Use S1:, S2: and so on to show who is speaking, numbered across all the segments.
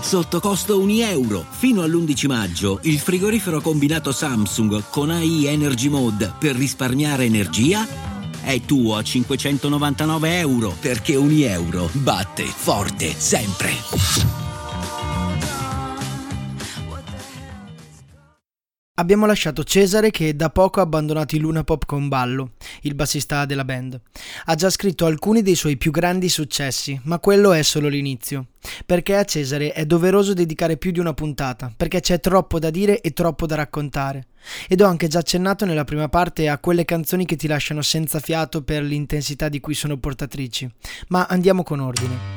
S1: sotto costo €1. Fino all'11 maggio il frigorifero combinato Samsung con AI Energy Mode per risparmiare energia è tuo a €599, perché €1 batte forte sempre.
S2: Abbiamo lasciato Cesare, che da poco ha abbandonato i Lunapop con Ballo, il bassista della band. Ha già scritto alcuni dei suoi più grandi successi, ma quello è solo l'inizio. Perché a Cesare è doveroso dedicare più di una puntata, perché c'è troppo da dire e troppo da raccontare. Ed ho anche già accennato nella prima parte a quelle canzoni che ti lasciano senza fiato per l'intensità di cui sono portatrici. Ma andiamo con ordine.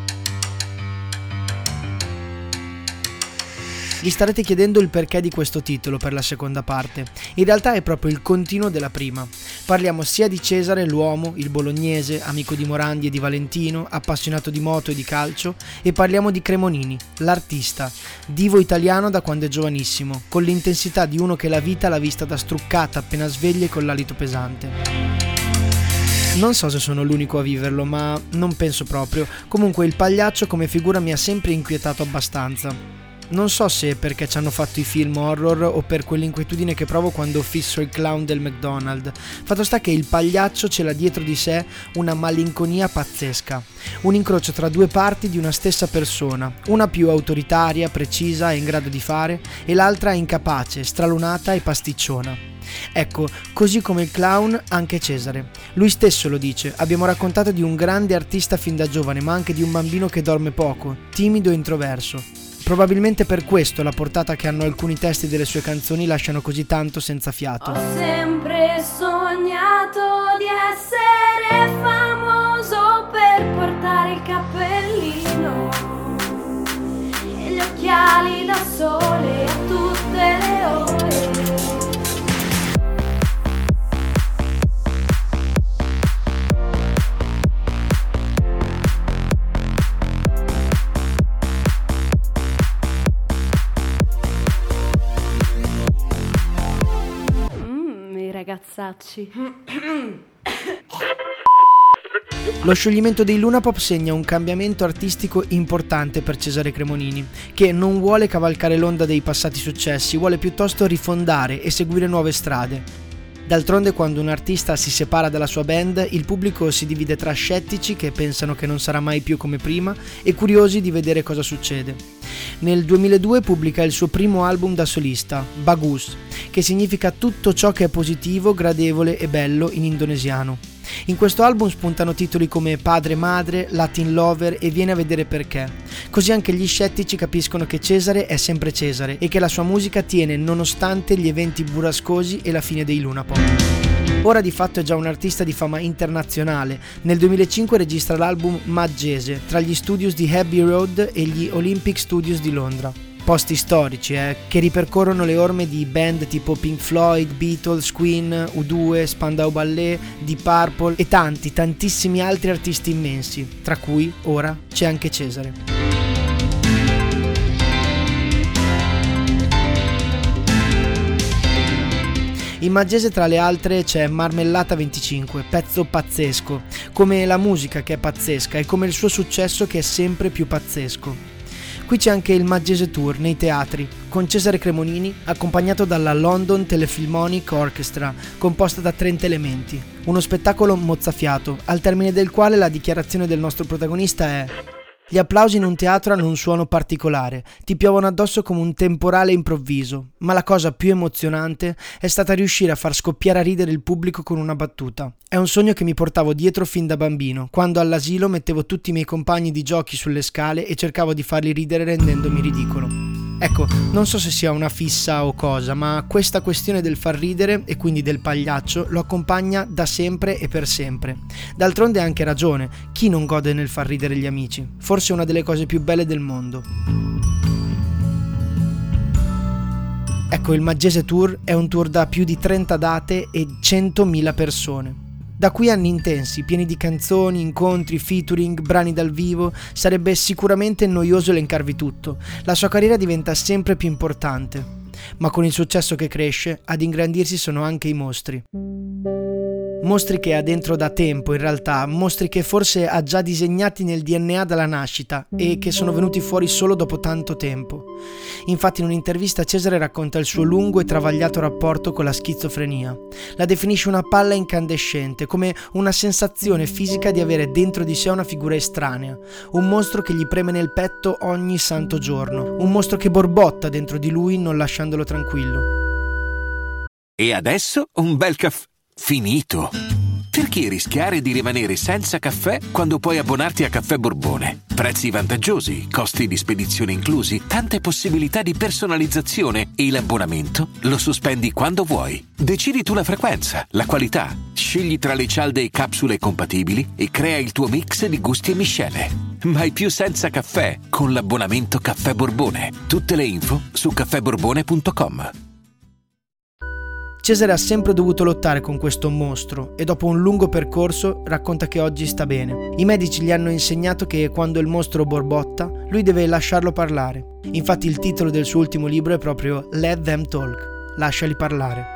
S2: Vi starete chiedendo il perché di questo titolo per la seconda parte. In realtà è proprio il continuo della prima. Parliamo sia di Cesare, l'uomo, il bolognese, amico di Morandi e di Valentino, appassionato di moto e di calcio, e parliamo di Cremonini, l'artista, divo italiano da quando è giovanissimo, con l'intensità di uno che la vita l'ha vista da struccata appena sveglia e con l'alito pesante. Non so se sono l'unico a viverlo, ma non penso proprio. Comunque il pagliaccio come figura mi ha sempre inquietato abbastanza. Non so se perché ci hanno fatto i film horror o per quell'inquietudine che provo quando fisso il clown del McDonald's. Fatto sta che il pagliaccio ce l'ha dietro di sé una malinconia pazzesca, un incrocio tra due parti di una stessa persona, una più autoritaria, precisa e in grado di fare, e l'altra incapace, stralunata e pasticciona. Ecco, così come il clown, anche Cesare. Lui stesso lo dice: abbiamo raccontato di un grande artista fin da giovane, ma anche di un bambino che dorme poco, timido e introverso. Probabilmente per questo la portata che hanno alcuni testi delle sue canzoni lasciano così tanto senza fiato.
S3: Ho sempre sognato di essere famoso per portare il cappellino e gli occhiali da sole a tutte le ore. Ragazzacci.
S2: Lo scioglimento dei Lunapop segna un cambiamento artistico importante per Cesare Cremonini, che non vuole cavalcare l'onda dei passati successi, vuole piuttosto rifondare e seguire nuove strade. D'altronde, quando un artista si separa dalla sua band, il pubblico si divide tra scettici che pensano che non sarà mai più come prima e curiosi di vedere cosa succede. Nel 2002 pubblica il suo primo album da solista, Bagus, che significa tutto ciò che è positivo, gradevole e bello in indonesiano. In questo album spuntano titoli come Padre Madre, Latin Lover e Vieni a vedere perché. Così anche gli scettici capiscono che Cesare è sempre Cesare e che la sua musica tiene nonostante gli eventi burrascosi e la fine dei Lunapop. Ora di fatto è già un artista di fama internazionale. Nel 2005 registra l'album Maggese tra gli studios di Abbey Road e gli Olympic Studios di Londra. Posti storici che ripercorrono le orme di band tipo Pink Floyd, Beatles, Queen, U2, Spandau Ballet, Deep Purple e tantissimi altri artisti immensi, tra cui ora c'è anche Cesare. In Maggese tra le altre c'è Marmellata 25, pezzo pazzesco, come la musica che è pazzesca e come il suo successo che è sempre più pazzesco. Qui c'è anche il Maggese Tour nei teatri, con Cesare Cremonini, accompagnato dalla London Telephilharmonic Orchestra, composta da 30 elementi. Uno spettacolo mozzafiato, al termine del quale la dichiarazione del nostro protagonista è: gli applausi in un teatro hanno un suono particolare, ti piovono addosso come un temporale improvviso, ma la cosa più emozionante è stata riuscire a far scoppiare a ridere il pubblico con una battuta. È un sogno che mi portavo dietro fin da bambino, quando all'asilo mettevo tutti i miei compagni di giochi sulle scale e cercavo di farli ridere rendendomi ridicolo. Ecco, non so se sia una fissa o cosa, ma questa questione del far ridere e quindi del pagliaccio lo accompagna da sempre e per sempre. D'altronde ha anche ragione, chi non gode nel far ridere gli amici? Forse una delle cose più belle del mondo. Ecco, il Maggese Tour è un tour da più di 30 date e 100.000 persone. Da qui anni intensi, pieni di canzoni, incontri, featuring, brani dal vivo. Sarebbe sicuramente noioso elencarvi tutto. La sua carriera diventa sempre più importante, ma con il successo che cresce, ad ingrandirsi sono anche i mostri. Mostri che ha dentro da tempo, in realtà, mostri che forse ha già disegnati nel DNA dalla nascita e che sono venuti fuori solo dopo tanto tempo. Infatti in un'intervista Cesare racconta il suo lungo e travagliato rapporto con la schizofrenia. La definisce una palla incandescente, come una sensazione fisica di avere dentro di sé una figura estranea, un mostro che gli preme nel petto ogni santo giorno, un mostro che borbotta dentro di lui non lasciandolo tranquillo.
S4: E adesso un bel caffè finito. Perché rischiare di rimanere senza caffè quando puoi abbonarti a Caffè Borbone? Prezzi vantaggiosi, costi di spedizione inclusi, tante possibilità di personalizzazione e l'abbonamento lo sospendi quando vuoi. Decidi tu la frequenza, la qualità, scegli tra le cialde e capsule compatibili e crea il tuo mix di gusti e miscele. Mai più senza caffè con l'abbonamento Caffè Borbone. Tutte le info su caffèborbone.com.
S2: Cesare ha sempre dovuto lottare con questo mostro e dopo un lungo percorso racconta che oggi sta bene. I medici gli hanno insegnato che quando il mostro borbotta, lui deve lasciarlo parlare. Infatti il titolo del suo ultimo libro è proprio Let Them Talk, lasciali parlare.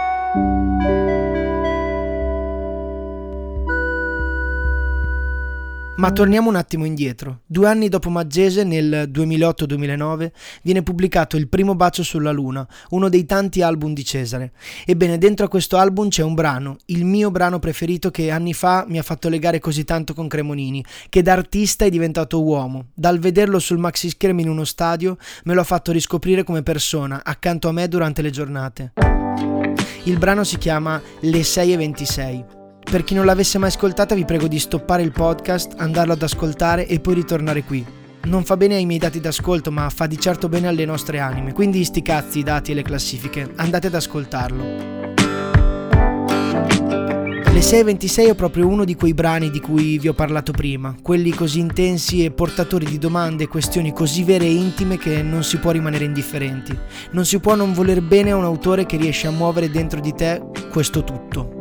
S2: Ma torniamo un attimo indietro. 2 anni dopo Maggese, nel 2008-2009, viene pubblicato Il primo bacio sulla luna, uno dei tanti album di Cesare. Ebbene, dentro a questo album c'è un brano, il mio brano preferito che anni fa mi ha fatto legare così tanto con Cremonini, che da artista è diventato uomo. Dal vederlo sul maxi schermo in uno stadio, me lo ha fatto riscoprire come persona, accanto a me durante le giornate. Il brano si chiama Le 6:26. Per chi non l'avesse mai ascoltata vi prego di stoppare il podcast, andarlo ad ascoltare e poi ritornare qui. Non fa bene ai miei dati d'ascolto, ma fa di certo bene alle nostre anime. Quindi sti cazzi, i dati e le classifiche, andate ad ascoltarlo. Le 6:26 è proprio uno di quei brani di cui vi ho parlato prima, quelli così intensi e portatori di domande e questioni così vere e intime che non si può rimanere indifferenti. Non si può non voler bene a un autore che riesce a muovere dentro di te questo tutto.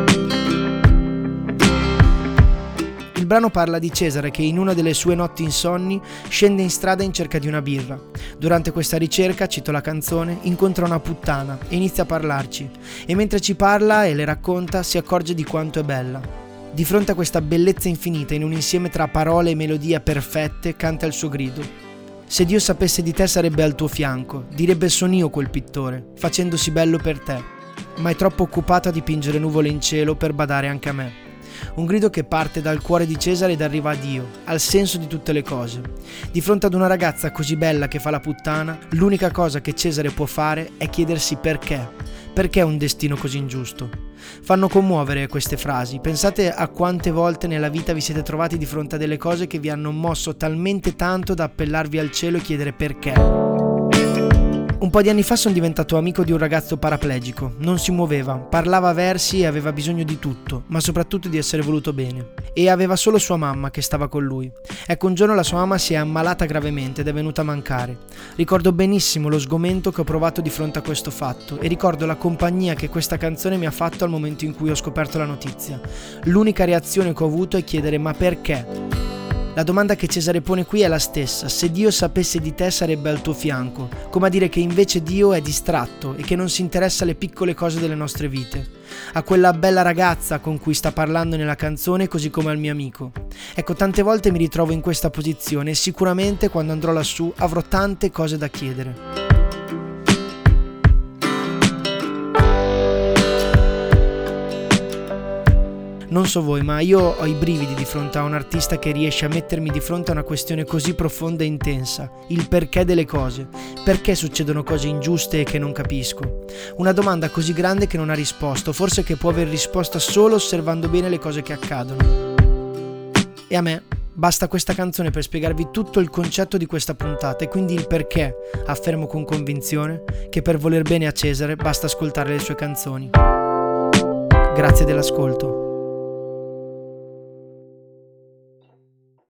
S2: Il brano parla di Cesare che in una delle sue notti insonni scende in strada in cerca di una birra. Durante questa ricerca, cito la canzone, incontra una puttana e inizia a parlarci. E mentre ci parla e le racconta, si accorge di quanto è bella. Di fronte a questa bellezza infinita, in un insieme tra parole e melodie perfette, canta il suo grido. Se Dio sapesse di te sarebbe al tuo fianco, direbbe son io quel pittore, facendosi bello per te. Ma è troppo occupato a dipingere nuvole in cielo per badare anche a me. Un grido che parte dal cuore di Cesare ed arriva a Dio, al senso di tutte le cose. Di fronte ad una ragazza così bella che fa la puttana, l'unica cosa che Cesare può fare è chiedersi perché. Perché un destino così ingiusto? Fanno commuovere queste frasi. Pensate a quante volte nella vita vi siete trovati di fronte a delle cose che vi hanno mosso talmente tanto da appellarvi al cielo e chiedere perché. Un po' di anni fa sono diventato amico di un ragazzo paraplegico, non si muoveva, parlava a versi e aveva bisogno di tutto, ma soprattutto di essere voluto bene. E aveva solo sua mamma che stava con lui. Ecco, un giorno la sua mamma si è ammalata gravemente ed è venuta a mancare. Ricordo benissimo lo sgomento che ho provato di fronte a questo fatto e ricordo la compagnia che questa canzone mi ha fatto al momento in cui ho scoperto la notizia. L'unica reazione che ho avuto è chiedere ma perché? La domanda che Cesare pone qui è la stessa: se Dio sapesse di te sarebbe al tuo fianco, come a dire che invece Dio è distratto e che non si interessa alle piccole cose delle nostre vite, a quella bella ragazza con cui sta parlando nella canzone così come al mio amico. Ecco, tante volte mi ritrovo in questa posizione e sicuramente quando andrò lassù avrò tante cose da chiedere. Non so voi, ma io ho i brividi di fronte a un artista che riesce a mettermi di fronte a una questione così profonda e intensa, il perché delle cose, perché succedono cose ingiuste e che non capisco. Una domanda così grande che non ha risposta, forse che può aver risposta solo osservando bene le cose che accadono. E a me basta questa canzone per spiegarvi tutto il concetto di questa puntata e quindi il perché affermo con convinzione che per voler bene a Cesare basta ascoltare le sue canzoni. Grazie dell'ascolto.